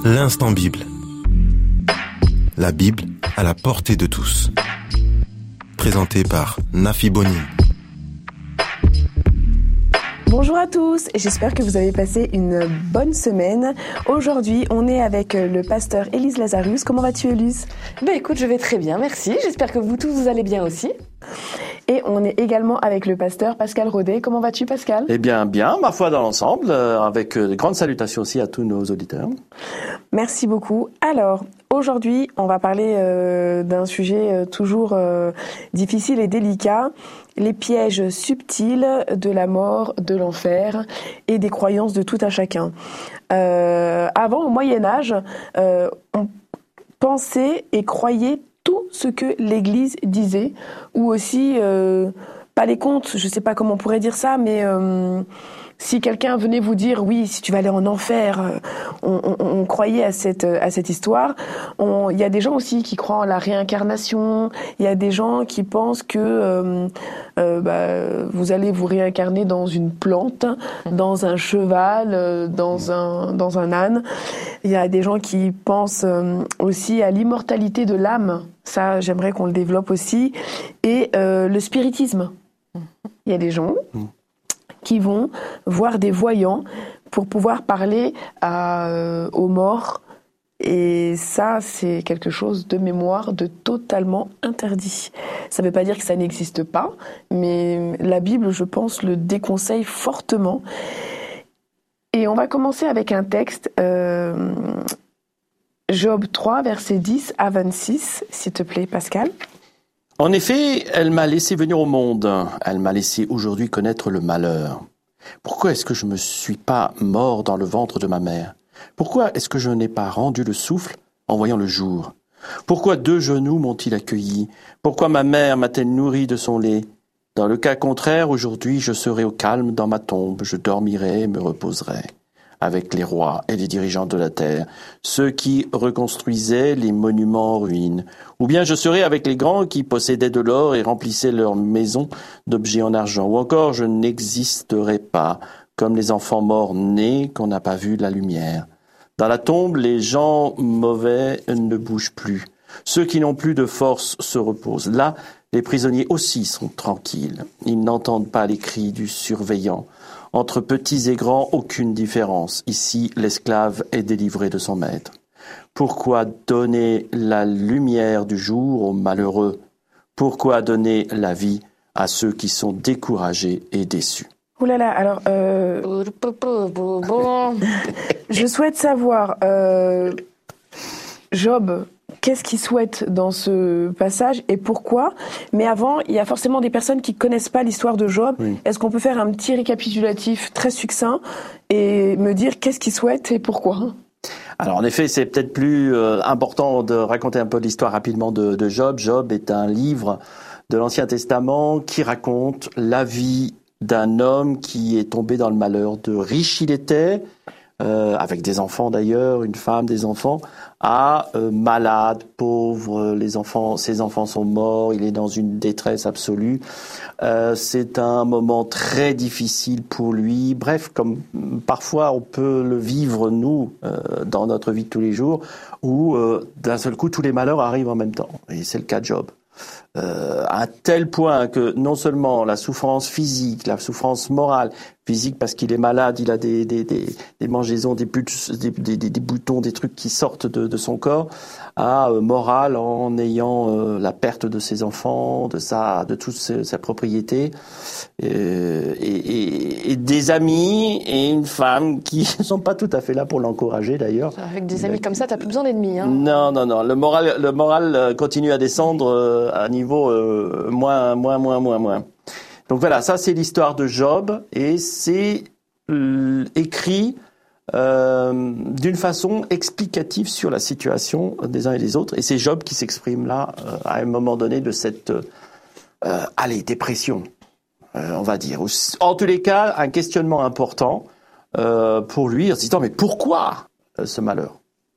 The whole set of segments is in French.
L'instant Bible. La Bible à la portée de tous. Présenté par Nafi Boni. Bonjour à tous, j'espère que vous avez passé une bonne semaine. Aujourd'hui, on est avec le pasteur Élise Lazarus. Comment vas-tu, Élise ? Écoute, je vais très bien, merci. J'espère que vous tous, vous allez bien aussi. Et on est également avec le pasteur Pascal Rodet. Comment vas-tu, Pascal ? Eh bien, ma foi, dans l'ensemble, avec de grandes salutations aussi à tous nos auditeurs. Merci beaucoup. Alors, aujourd'hui, on va parler d'un sujet toujours difficile et délicat, les pièges subtils de la mort, de l'enfer et des croyances de tout un chacun. Avant, au Moyen-Âge, on pensait et croyait tout ce que l'Église disait, ou aussi, pas les contes, je ne sais pas comment on pourrait dire ça, mais si quelqu'un venait vous dire, oui, si tu vas aller en enfer, on croyait à cette histoire. Il y a des gens aussi qui croient en la réincarnation, il y a des gens qui pensent que vous allez vous réincarner dans une plante, dans un cheval, dans un âne. Il y a des gens qui pensent aussi à l'immortalité de l'âme. Ça, j'aimerais qu'on le développe aussi. Et le spiritisme. Il y a des gens qui vont voir des voyants pour pouvoir parler aux morts. Et ça, c'est quelque chose de mémoire de totalement interdit. Ça ne veut pas dire que ça n'existe pas, mais la Bible, je pense, le déconseille fortement. Et on va commencer avec un texte, Job 3, versets 10 à 26, s'il te plaît, Pascal. En effet, elle m'a laissé venir au monde. Elle m'a laissé aujourd'hui connaître le malheur. Pourquoi est-ce que je ne me suis pas mort dans le ventre de ma mère ? Pourquoi est-ce que je n'ai pas rendu le souffle en voyant le jour ? Pourquoi 2 genoux m'ont-ils accueilli ? Pourquoi ma mère m'a-t-elle nourri de son lait ? Dans le cas contraire, aujourd'hui, je serai au calme dans ma tombe, je dormirai et me reposerai avec les rois et les dirigeants de la terre, ceux qui reconstruisaient les monuments en ruine. Ou bien je serai avec les grands qui possédaient de l'or et remplissaient leurs maisons d'objets en argent. Ou encore je n'existerai pas comme les enfants morts nés qu'on n'a pas vu la lumière. Dans la tombe, les gens mauvais ne bougent plus. Ceux qui n'ont plus de force se reposent. Là, les prisonniers aussi sont tranquilles. Ils n'entendent pas les cris du surveillant. Entre petits et grands, aucune différence. Ici, l'esclave est délivré de son maître. Pourquoi donner la lumière du jour aux malheureux ? Pourquoi donner la vie à ceux qui sont découragés et déçus ? Ouh là là, alors, je souhaite savoir, Job, qu'est-ce qu'il souhaite dans ce passage et pourquoi ? Mais avant, il y a forcément des personnes qui connaissent pas l'histoire de Job. Oui. Est-ce qu'on peut faire un petit récapitulatif très succinct et me dire qu'est-ce qu'il souhaite et pourquoi ? Alors en effet, c'est peut-être plus important de raconter un peu l'histoire rapidement de Job. Job est un livre de l'Ancien Testament qui raconte la vie d'un homme qui est tombé dans le malheur. De riche il était, avec des enfants d'ailleurs, une femme, des enfants, à malade, pauvre, ses enfants sont morts, il est dans une détresse absolue. C'est un moment très difficile pour lui. Bref, comme parfois on peut le vivre nous dans notre vie de tous les jours, où d'un seul coup tous les malheurs arrivent en même temps. Et c'est le cas de Job. À tel point que non seulement la souffrance physique, la souffrance morale, physique parce qu'il est malade, il a des mangeaisons, des boutons, des trucs qui sortent de son corps, à morale en ayant la perte de ses enfants, de toute sa propriété, et des amis et une femme qui ne sont pas tout à fait là pour l'encourager d'ailleurs. Avec des amis comme ça, t'as plus besoin d'ennemis, hein. Non. Le moral continue à descendre à niveau moins. Donc voilà, ça c'est l'histoire de Job et c'est écrit d'une façon explicative sur la situation des uns et des autres. Et c'est Job qui s'exprime là à un moment donné de cette dépression, on va dire. En tous les cas, un questionnement important pour lui en se disant mais pourquoi ce malheur ?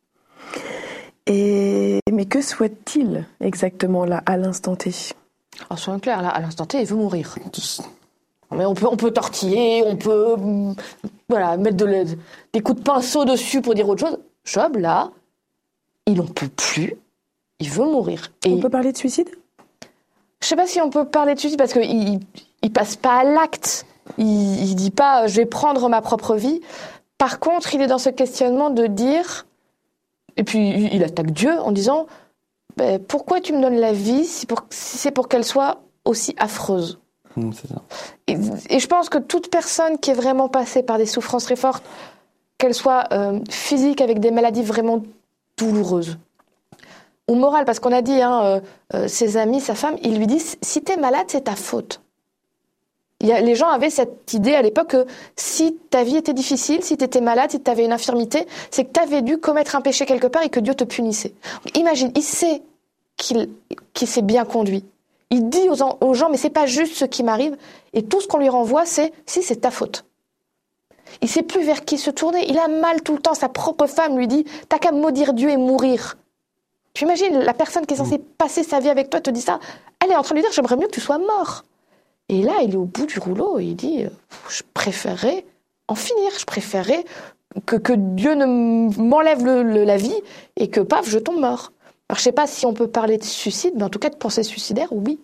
Mais que souhaite-t-il exactement là à l'instant T ? Alors soyons clairs, là, à l'instant T, il veut mourir. Mais on peut tortiller, on peut mettre des coups de pinceau dessus pour dire autre chose. Job, là, il en peut plus, il veut mourir. On peut parler de suicide ? Je sais pas si on peut parler de suicide parce qu'il passe pas à l'acte. Il dit pas je vais prendre ma propre vie. Par contre, il est dans ce questionnement de dire, et puis il attaque Dieu en disant pourquoi tu me donnes la vie si c'est pour qu'elle soit aussi affreuse. C'est ça. Et je pense que toute personne qui est vraiment passée par des souffrances très fortes, qu'elles soient physiques avec des maladies vraiment douloureuses, ou morales, parce qu'on a dit, ses amis, sa femme, ils lui disent si t'es malade, c'est ta faute. Les gens avaient cette idée à l'époque que si ta vie était difficile, si t'étais malade, si t'avais une infirmité, c'est que t'avais dû commettre un péché quelque part et que Dieu te punissait. Donc, imagine, il sait qu'il s'est bien conduit. Il dit aux gens, mais c'est pas juste ce qui m'arrive. Et tout ce qu'on lui renvoie, c'est c'est ta faute. Il sait plus vers qui se tourner. Il a mal tout le temps. Sa propre femme lui dit, t'as qu'à maudire Dieu et mourir. Tu imagines, la personne qui est censée passer sa vie avec toi te dit ça. Elle est en train de lui dire, j'aimerais mieux que tu sois mort. Et là, il est au bout du rouleau et il dit, je préférerais en finir. Je préférerais que Dieu ne m'enlève la vie et que, paf, je tombe mort. Alors, je sais pas si on peut parler de suicide, mais en tout cas de pensée suicidaire, oui.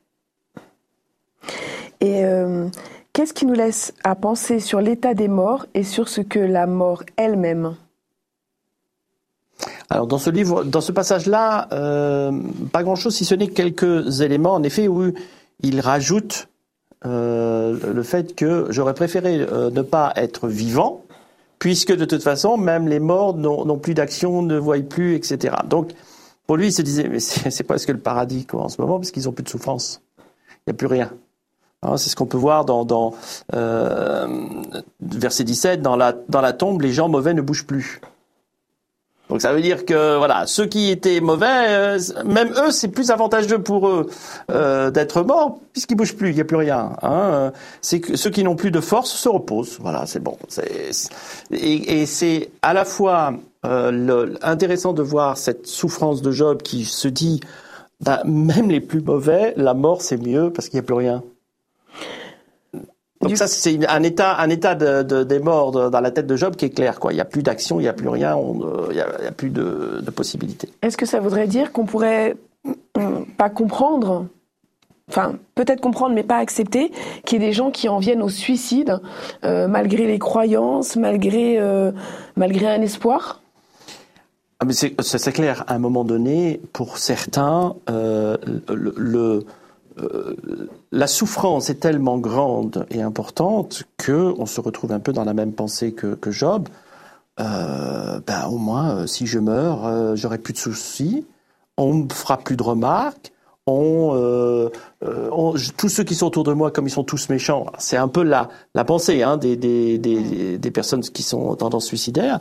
Et qu'est-ce qui nous laisse à penser sur l'état des morts et sur ce que la mort elle-même ? Alors dans ce livre, dans ce passage-là, pas grand-chose si ce n'est quelques éléments, en effet, où il rajoute le fait que j'aurais préféré ne pas être vivant, puisque de toute façon, même les morts n'ont plus d'action, ne voient plus, etc. Donc, pour lui, il se disait, mais c'est presque le paradis quoi, en ce moment, parce qu'ils n'ont plus de souffrance. Il n'y a plus rien. Hein, c'est ce qu'on peut voir dans verset 17, dans la tombe, les gens mauvais ne bougent plus. Donc ça veut dire que voilà, ceux qui étaient mauvais, même eux, c'est plus avantageux pour eux d'être morts puisqu'ils bougent plus, il n'y a plus rien. Hein. C'est que ceux qui n'ont plus de force se reposent. Voilà, c'est bon. Et c'est à la fois intéressant de voir cette souffrance de Job qui se dit, même les plus mauvais, la mort c'est mieux parce qu'il n'y a plus rien. Donc ça, c'est un état des morts dans la tête de Job qui est clair, quoi. Il n'y a plus d'action, il n'y a plus rien, il y a plus de possibilités. Est-ce que ça voudrait dire qu'on pourrait pas comprendre, enfin peut-être comprendre mais pas accepter, qu'il y ait des gens qui en viennent au suicide malgré les croyances, malgré un espoir ? Ah mais c'est clair. À un moment donné, pour certains, la souffrance est tellement grande et importante que on se retrouve un peu dans la même pensée que Job. Au moins, si je meurs, j'aurai plus de soucis. On me fera plus de remarques. Tous ceux qui sont autour de moi, comme ils sont tous méchants, c'est un peu la pensée des personnes qui sont en tendance suicidaire.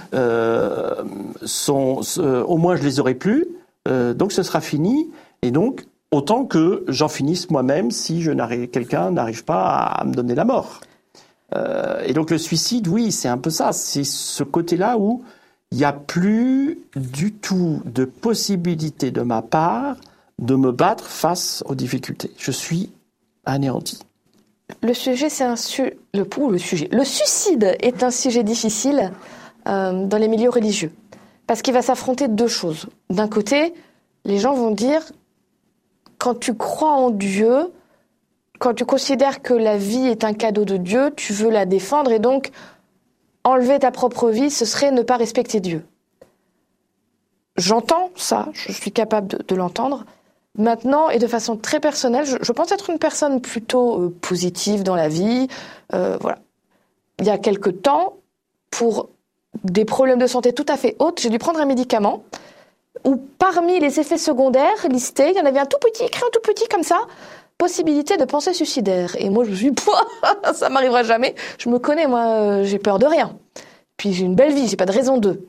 Au moins, je les aurai plus. Donc, ce sera fini. Et donc, autant que j'en finisse moi-même si quelqu'un n'arrive pas à me donner la mort. Et donc le suicide, oui, c'est un peu ça. C'est ce côté-là où il n'y a plus du tout de possibilité de ma part de me battre face aux difficultés. Je suis anéanti. Le sujet, le suicide est un sujet difficile dans les milieux religieux. Parce qu'il va s'affronter deux choses. D'un côté, les gens vont dire, quand tu crois en Dieu, quand tu considères que la vie est un cadeau de Dieu, tu veux la défendre et donc enlever ta propre vie, ce serait ne pas respecter Dieu. J'entends ça, je suis capable de l'entendre. Maintenant, et de façon très personnelle, je pense être une personne plutôt positive dans la vie. Voilà. Il y a quelque temps, pour des problèmes de santé tout à fait hauts, j'ai dû prendre un médicament où parmi les effets secondaires listés, il y en avait un tout petit, écrit un tout petit comme ça, possibilité de pensée suicidaire. Et moi, je me suis dit, ça m'arrivera jamais. Je me connais, moi, j'ai peur de rien. Puis j'ai une belle vie, j'ai pas de raison d'eux.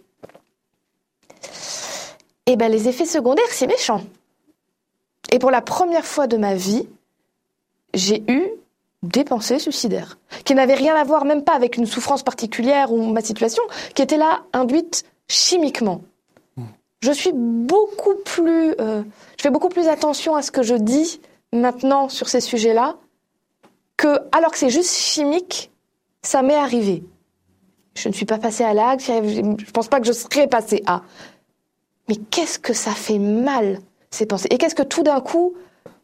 Et ben, les effets secondaires, c'est méchant. Et pour la première fois de ma vie, j'ai eu des pensées suicidaires, qui n'avaient rien à voir, même pas avec une souffrance particulière ou ma situation, qui était là, induite chimiquement. Je suis beaucoup plus, je fais beaucoup plus attention à ce que je dis maintenant sur ces sujets-là, alors que c'est juste chimique, ça m'est arrivé. Je ne suis pas passée à l'acte, je ne pense pas que je serais passée à. Mais qu'est-ce que ça fait mal, ces pensées? Et qu'est-ce que tout d'un coup,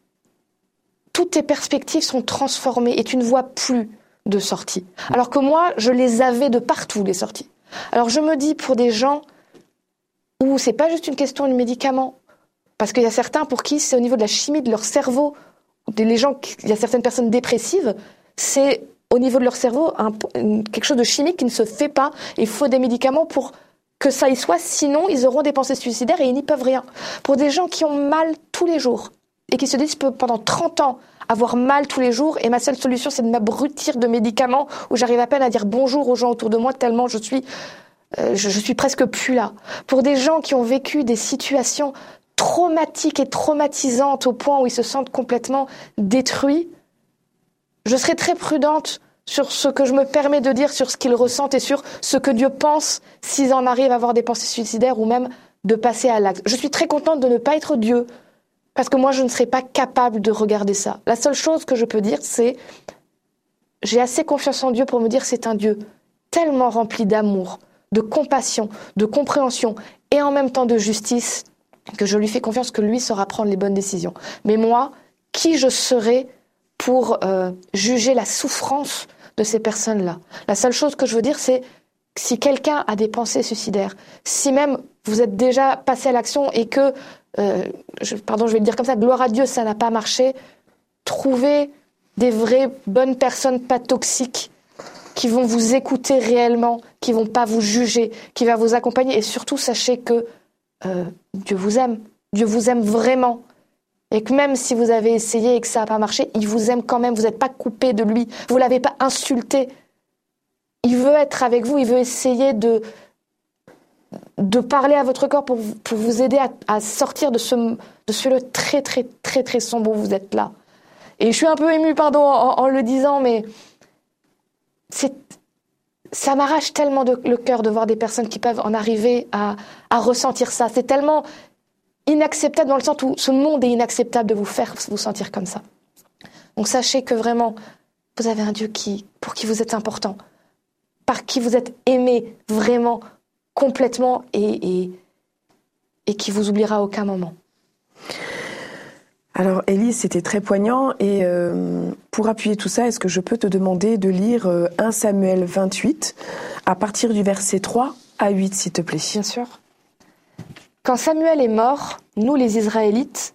toutes tes perspectives sont transformées et tu ne vois plus de sorties. Alors que moi, je les avais de partout, les sorties. Alors je me dis, pour des gens où c'est pas juste une question de médicaments, parce qu'il y a certains pour qui c'est au niveau de la chimie de leur cerveau, il y a certaines personnes dépressives, c'est au niveau de leur cerveau quelque chose de chimique qui ne se fait pas. Il faut des médicaments pour que ça y soit, sinon ils auront des pensées suicidaires et ils n'y peuvent rien. Pour des gens qui ont mal tous les jours et qui se disent, je peux pendant 30 ans avoir mal tous les jours et ma seule solution c'est de m'abrutir de médicaments où j'arrive à peine à dire bonjour aux gens autour de moi tellement je suis presque plus là. Pour des gens qui ont vécu des situations traumatiques et traumatisantes au point où ils se sentent complètement détruits, je serai très prudente sur ce que je me permets de dire, sur ce qu'ils ressentent et sur ce que Dieu pense s'ils en arrivent à avoir des pensées suicidaires ou même de passer à l'acte. Je suis très contente de ne pas être Dieu, parce que moi, je ne serais pas capable de regarder ça. La seule chose que je peux dire, c'est j'ai assez confiance en Dieu pour me dire c'est un Dieu tellement rempli d'amour, de compassion, de compréhension et en même temps de justice que je lui fais confiance que lui saura prendre les bonnes décisions. Mais moi, qui je serais pour juger la souffrance de ces personnes-là? La seule chose que je veux dire, c'est si quelqu'un a des pensées suicidaires, si même vous êtes déjà passé à l'action et que, je vais le dire comme ça, gloire à Dieu, ça n'a pas marché, trouvez des vraies bonnes personnes pas toxiques qui vont vous écouter réellement, qui vont pas vous juger, qui va vous accompagner. Et surtout, sachez que Dieu vous aime vraiment. Et que même si vous avez essayé et que ça n'a pas marché, il vous aime quand même, vous n'êtes pas coupé de lui, vous ne l'avez pas insulté. Il veut être avec vous, il veut essayer de parler à votre corps pour vous aider à sortir de ce lieu très, très, très, très sombre où vous êtes là. Et je suis un peu émue, pardon, en le disant, mais ça m'arrache tellement le cœur de voir des personnes qui peuvent en arriver à ressentir ça. C'est tellement inacceptable dans le sens où ce monde est inacceptable de vous faire vous sentir comme ça. Donc sachez que vraiment, vous avez un Dieu pour qui vous êtes important, par qui vous êtes aimé vraiment, complètement et qui vous oubliera à aucun moment. Alors Élise, c'était très poignant et pour appuyer tout ça, est-ce que je peux te demander de lire 1 Samuel 28 à partir du verset 3 à 8, s'il te plaît? Bien sûr. Quand Samuel est mort, tous les Israélites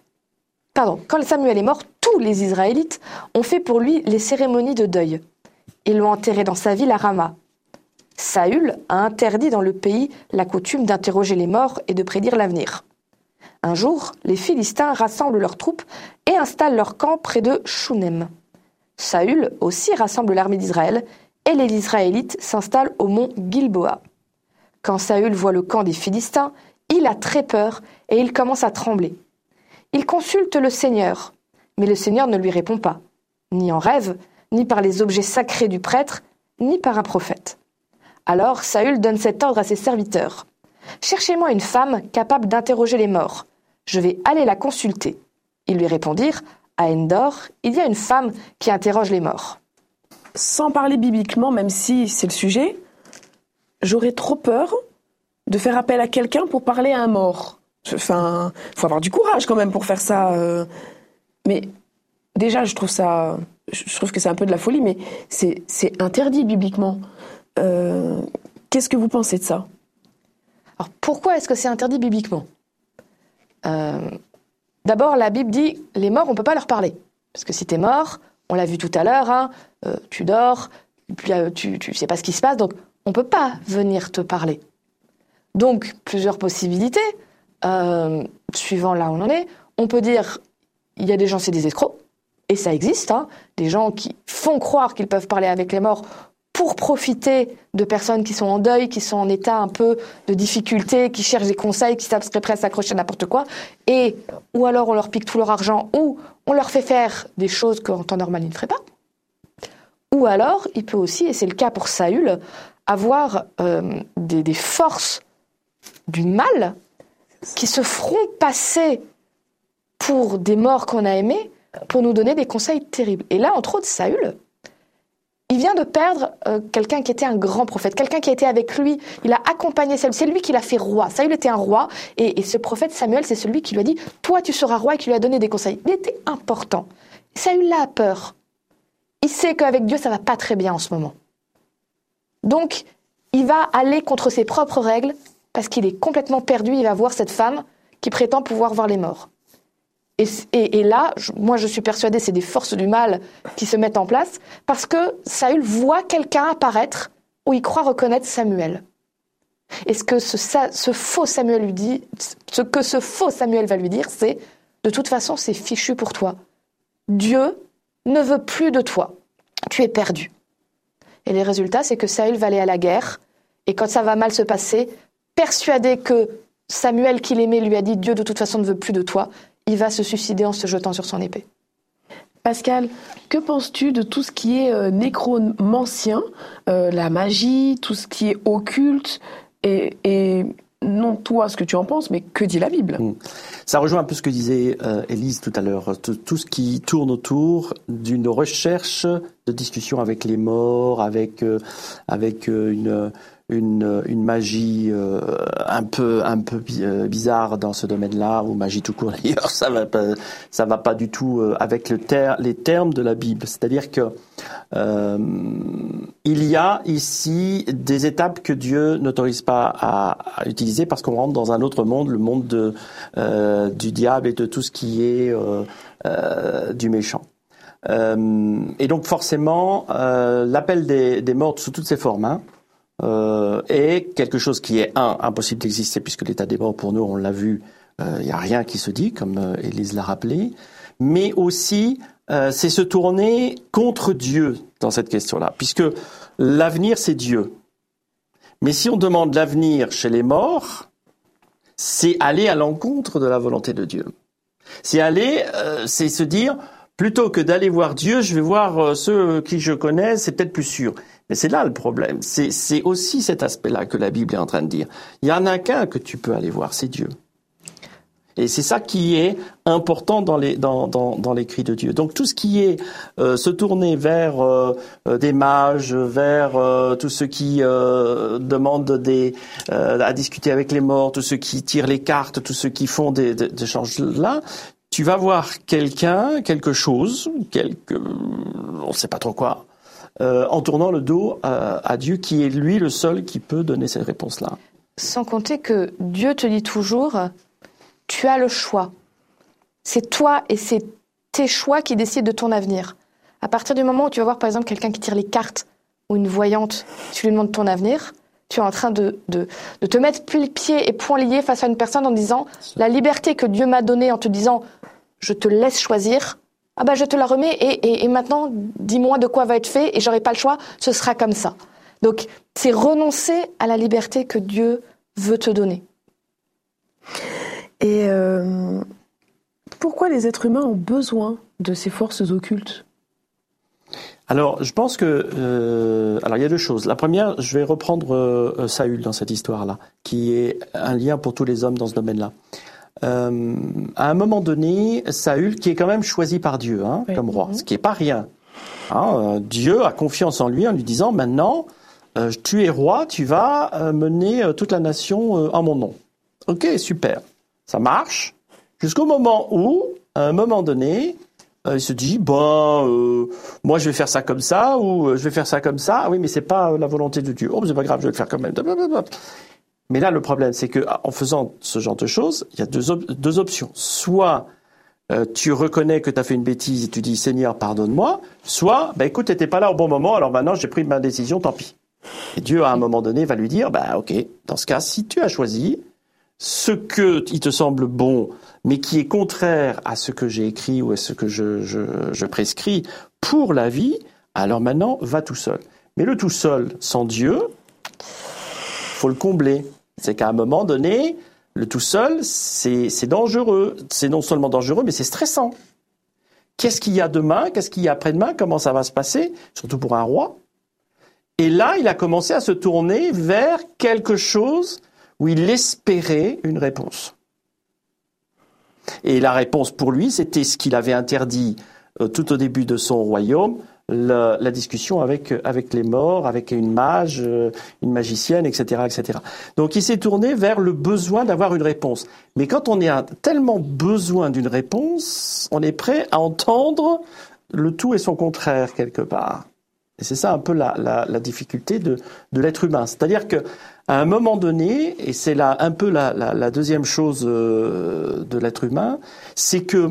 ont fait pour lui les cérémonies de deuil. Ils l'ont enterré dans sa ville à Rama. Saül a interdit dans le pays la coutume d'interroger les morts et de prédire l'avenir. Un jour, les Philistins rassemblent leurs troupes et installent leur camp près de Shunem. Saül aussi rassemble l'armée d'Israël et les Israélites s'installent au mont Gilboa. Quand Saül voit le camp des Philistins, il a très peur et il commence à trembler. Il consulte le Seigneur, mais le Seigneur ne lui répond pas, ni en rêve, ni par les objets sacrés du prêtre, ni par un prophète. Alors Saül donne cet ordre à ses serviteurs. « Cherchez-moi une femme capable d'interroger les morts. Je vais aller la consulter. » Ils lui répondirent « À Endor, il y a une femme qui interroge les morts. » Sans parler bibliquement, même si c'est le sujet, j'aurais trop peur de faire appel à quelqu'un pour parler à un mort. Enfin, faut avoir du courage quand même pour faire ça. Mais déjà, je trouve que c'est un peu de la folie, mais c'est interdit bibliquement. Qu'est-ce que vous pensez de ça? Alors, pourquoi est-ce que c'est interdit bibliquement? D'abord, la Bible dit, les morts, on ne peut pas leur parler. Parce que si tu es mort, on l'a vu tout à l'heure, tu dors, puis, tu sais pas ce qui se passe, donc on ne peut pas venir te parler. Donc, plusieurs possibilités, suivant là où on en est. On peut dire, il y a des gens, c'est des escrocs, et ça existe, des gens qui font croire qu'ils peuvent parler avec les morts pour profiter de personnes qui sont en deuil, qui sont en état un peu de difficulté, qui cherchent des conseils, qui seraient prêts à s'accrocher à n'importe quoi, ou alors on leur pique tout leur argent, ou on leur fait faire des choses qu'en temps normal ils ne feraient pas. Ou alors, il peut aussi, et c'est le cas pour Saül, avoir des forces du mal qui se feront passer pour des morts qu'on a aimés pour nous donner des conseils terribles. Et là, entre autres, Saül, il vient de perdre quelqu'un qui était un grand prophète, quelqu'un qui était avec lui, il a accompagné Saül, c'est lui qui l'a fait roi. Saül était un roi, et ce prophète Samuel, c'est celui qui lui a dit « Toi, tu seras roi » et qui lui a donné des conseils. Il était important. Saül a peur. Il sait qu'avec Dieu, ça va pas très bien en ce moment. Donc, il va aller contre ses propres règles, parce qu'il est complètement perdu, il va voir cette femme qui prétend pouvoir voir les morts. Et là, moi je suis persuadée, c'est des forces du mal qui se mettent en place, parce que Saül voit quelqu'un apparaître où il croit reconnaître Samuel. Et ce que ce faux Samuel lui dit, ce que ce faux Samuel va lui dire, c'est de toute façon, c'est fichu pour toi. Dieu ne veut plus de toi. Tu es perdu. Et les résultats, c'est que Saül va aller à la guerre, et quand ça va mal se passer, persuadé que Samuel qu'il aimait lui a dit Dieu de toute façon ne veut plus de toi, il va se suicider en se jetant sur son épée. Pascal, que penses-tu de tout ce qui est nécromancien, la magie, tout ce qui est occulte, et non toi ce que tu en penses, mais que dit la Bible ? Ça rejoint un peu ce que disait Élise tout à l'heure, tout ce qui tourne autour d'une recherche de discussion avec les morts, avec une magie un peu bizarre dans ce domaine-là, ou magie tout court d'ailleurs, ça va pas du tout avec les termes de la Bible. C'est-à-dire que il y a ici des étapes que Dieu n'autorise pas à utiliser parce qu'on rentre dans un autre monde, le monde du diable et de tout ce qui est du méchant. Et donc forcément, l'appel des morts sous toutes ses formes, est quelque chose qui est impossible d'exister puisque l'état des morts pour nous, on l'a vu, il y a rien qui se dit, comme Élise l'a rappelé, mais aussi c'est se tourner contre Dieu dans cette question-là, puisque l'avenir c'est Dieu. Mais si on demande l'avenir chez les morts, c'est aller à l'encontre de la volonté de Dieu. C'est se dire, plutôt que d'aller voir Dieu, je vais voir ceux qui je connais, c'est peut-être plus sûr. Mais c'est là le problème. C'est aussi cet aspect-là que la Bible est en train de dire. Il y en a qu'un que tu peux aller voir, c'est Dieu. Et c'est ça qui est important dans l'écrit de Dieu. Donc tout ce qui est se tourner vers des mages, vers tous ceux qui demandent à discuter avec les morts, tous ceux qui tirent les cartes, tous ceux qui font des échanges là, tu vas voir quelque chose, on ne sait pas trop quoi, en tournant le dos à Dieu qui est lui le seul qui peut donner cette réponse-là. Sans compter que Dieu te dit toujours, tu as le choix. C'est toi et c'est tes choix qui décident de ton avenir. À partir du moment où tu vas voir par exemple quelqu'un qui tire les cartes ou une voyante, tu lui demandes ton avenir, tu es en train de te mettre pieds et poings liés face à une personne en disant la liberté que Dieu m'a donnée en te disant je te laisse choisir, je te la remets et maintenant dis-moi de quoi va être fait et j'aurai pas le choix, ce sera comme ça. Donc c'est renoncer à la liberté que Dieu veut te donner. Et pourquoi les êtres humains ont besoin de ces forces occultes ? Alors, je pense que... alors, il y a deux choses. La première, je vais reprendre Saül dans cette histoire-là, qui est un lien pour tous les hommes dans ce domaine-là. À un moment donné, Saül, qui est quand même choisi par Dieu comme roi, ce qui n'est pas rien. Dieu a confiance en lui en lui disant, maintenant, tu es roi, tu vas mener toute la nation en mon nom. Ok, super. Ça marche. Jusqu'au moment où, à un moment donné... il se dit, moi je vais faire ça comme ça, ou je vais faire ça comme ça. Ah oui, mais c'est pas la volonté de Dieu. Oh, mais c'est pas grave, je vais le faire quand même. Mais là, le problème, c'est que en faisant ce genre de choses, il y a deux options. Soit tu reconnais que tu as fait une bêtise et tu dis, Seigneur, pardonne-moi. Soit, écoute, t'étais pas là au bon moment, alors maintenant j'ai pris ma décision, tant pis. Et Dieu, à un moment donné, va lui dire, ok, dans ce cas, si tu as choisi ce que il te semble bon, mais qui est contraire à ce que j'ai écrit ou à ce que je prescris pour la vie, alors maintenant, va tout seul. Mais le tout seul, sans Dieu, faut le combler. C'est qu'à un moment donné, le tout seul, c'est dangereux. C'est non seulement dangereux, mais c'est stressant. Qu'est-ce qu'il y a demain? Qu'est-ce qu'il y a après-demain? Comment ça va se passer? Surtout pour un roi. Et là, il a commencé à se tourner vers quelque chose où il espérait une réponse. Et la réponse pour lui, c'était ce qu'il avait interdit tout au début de son royaume, la discussion avec les morts, avec une mage, une magicienne, etc., etc. Donc il s'est tourné vers le besoin d'avoir une réponse. Mais quand on a tellement besoin d'une réponse, on est prêt à entendre le tout et son contraire quelque part. Et c'est ça un peu la difficulté de l'être humain. C'est-à-dire que à un moment donné, et c'est là un peu la deuxième chose de l'être humain, c'est que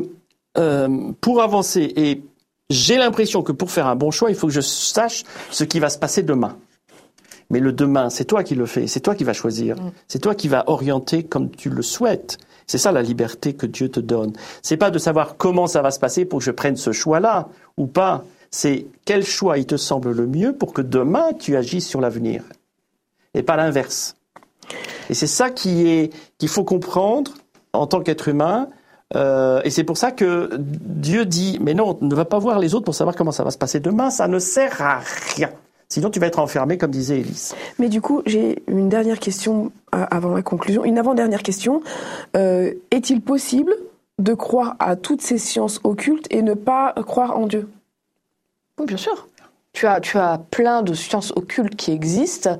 pour avancer, et j'ai l'impression que pour faire un bon choix, il faut que je sache ce qui va se passer demain. Mais le demain, c'est toi qui le fais, c'est toi qui vas choisir, c'est toi qui vas orienter comme tu le souhaites. C'est ça la liberté que Dieu te donne. C'est pas de savoir comment ça va se passer pour que je prenne ce choix-là ou pas. C'est quel choix il te semble le mieux pour que demain tu agisses sur l'avenir. Et pas l'inverse. Et c'est ça qu'il faut comprendre en tant qu'être humain. Et c'est pour ça que Dieu dit, mais non, ne va pas voir les autres pour savoir comment ça va se passer demain, ça ne sert à rien. Sinon, tu vas être enfermé, comme disait Élise. Mais du coup, j'ai une dernière question avant la conclusion. Une avant-dernière question. Est-il possible de croire à toutes ces sciences occultes et ne pas croire en Dieu ? Oui, bien sûr. Tu as plein de sciences occultes qui existent,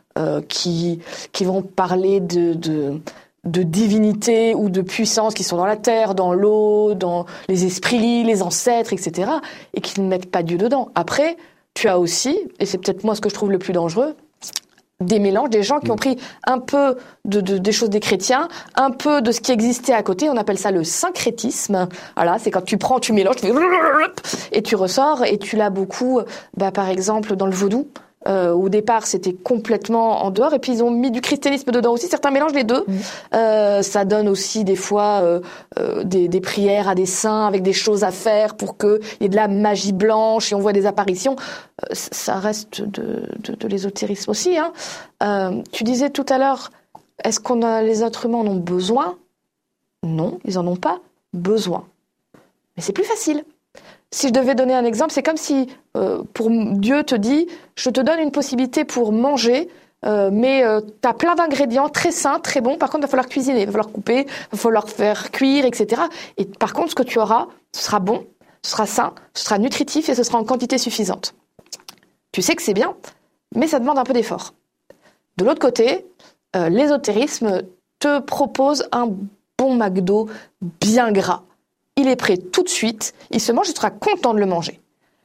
qui vont parler de divinité ou de puissance qui sont dans la terre, dans l'eau, dans les esprits, les ancêtres, etc., et qui ne mettent pas Dieu dedans. Après, tu as aussi, et c'est peut-être moi ce que je trouve le plus dangereux, des mélanges, des gens qui ont pris un peu des choses des chrétiens, un peu de ce qui existait à côté, on appelle ça le syncrétisme. Voilà, c'est quand tu prends, tu mélanges, tu fais et tu ressors, et tu l'as beaucoup, par exemple, dans le vaudou. Au départ, c'était complètement en dehors, et puis ils ont mis du christianisme dedans aussi. Certains mélangent les deux. Ça donne aussi des fois des prières à des saints avec des choses à faire pour qu'il y ait de la magie blanche et on voit des apparitions. Ça reste de l'ésotérisme aussi. Hein. Tu disais tout à l'heure, est-ce les êtres humains en ont besoin ? Non, ils en ont pas besoin. Mais c'est plus facile. Si je devais donner un exemple, c'est comme si pour Dieu te dit, je te donne une possibilité pour manger, mais tu as plein d'ingrédients très sains, très bons. Par contre, il va falloir cuisiner, il va falloir couper, il va falloir faire cuire, etc. Et par contre, ce que tu auras, ce sera bon, ce sera sain, ce sera nutritif et ce sera en quantité suffisante. Tu sais que c'est bien, mais ça demande un peu d'effort. De l'autre côté, l'ésotérisme te propose un bon McDo bien gras. Il est prêt tout de suite, il se mange, tu seras content de le manger.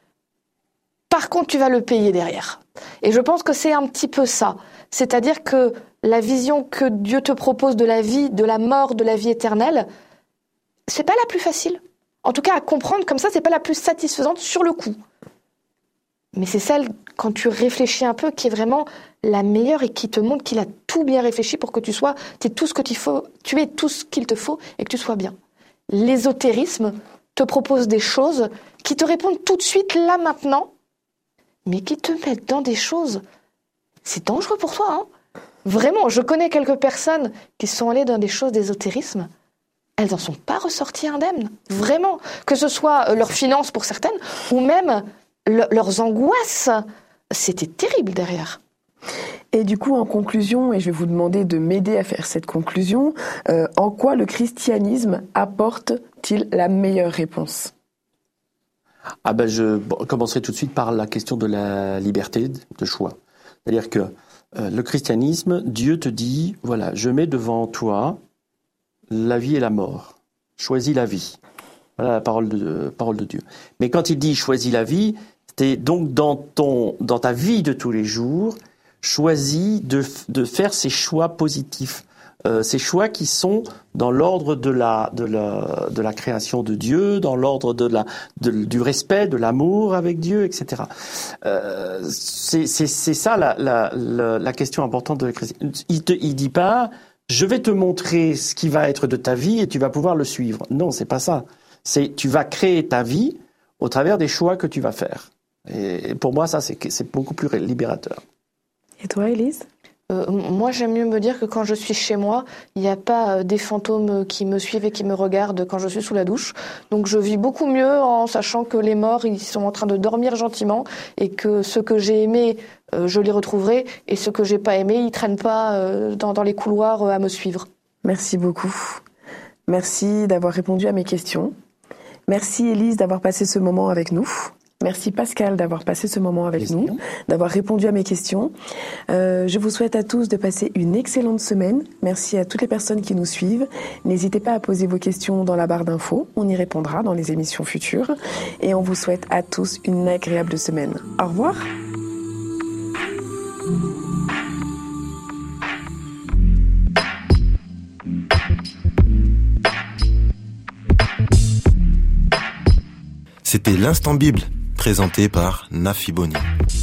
Par contre, tu vas le payer derrière. Et je pense que c'est un petit peu ça. C'est-à-dire que la vision que Dieu te propose de la vie, de la mort, de la vie éternelle, c'est pas la plus facile. En tout cas, à comprendre comme ça, c'est pas la plus satisfaisante sur le coup. Mais c'est celle, quand tu réfléchis un peu, qui est vraiment la meilleure et qui te montre qu'il a tout bien réfléchi pour que tu aies tout ce qu'il te faut et que tu sois bien. L'ésotérisme te propose des choses qui te répondent tout de suite, là, maintenant, mais qui te mettent dans des choses... C'est dangereux pour toi, hein. Vraiment, je connais quelques personnes qui sont allées dans des choses d'ésotérisme. Elles n'en sont pas ressorties indemnes. Vraiment. Que ce soit leurs finances pour certaines, ou même leurs angoisses. C'était terrible derrière. Et du coup, en conclusion, et je vais vous demander de m'aider à faire cette conclusion, en quoi le apporte-t-il la meilleure réponse ? Je commencerai tout de suite par la question de la liberté de choix. C'est-à-dire que le christianisme, Dieu te dit, voilà, je mets devant toi la vie et la mort. Choisis la vie. Voilà la parole de Dieu. Mais quand il dit choisis la vie, c'est donc dans ta vie de tous les jours, choisis de faire ces choix positifs, ces choix qui sont dans l'ordre de la création de Dieu, dans l'ordre du respect, de l'amour avec Dieu, etc. C'est ça la question importante de la christianisme. Il dit pas je vais te montrer ce qui va être de ta vie et tu vas pouvoir le suivre. Non, c'est pas ça. C'est tu vas créer ta vie au travers des choix que tu vas faire. Et pour moi, ça c'est beaucoup plus libérateur. Et toi, Élise ? Moi, j'aime mieux me dire que quand je suis chez moi, il n'y a pas des fantômes qui me suivent et qui me regardent quand je suis sous la douche. Donc, je vis beaucoup mieux en sachant que les morts, ils sont en train de dormir gentiment et que ceux que j'ai aimés, je les retrouverai et ceux que j'ai pas aimés, ils traînent pas dans les couloirs à me suivre. Merci beaucoup. Merci d'avoir répondu à mes questions. Merci, Élise, d'avoir passé ce moment avec nous. Merci Pascal d'avoir passé ce moment avec nous, d'avoir répondu à mes questions. Je vous souhaite à tous de passer une excellente semaine. Merci à toutes les personnes qui nous suivent. N'hésitez pas à poser vos questions dans la barre d'infos. On y répondra dans les émissions futures. Et on vous souhaite à tous une agréable semaine. Au revoir. C'était l'Instant Bible, présenté par Nafi Boni.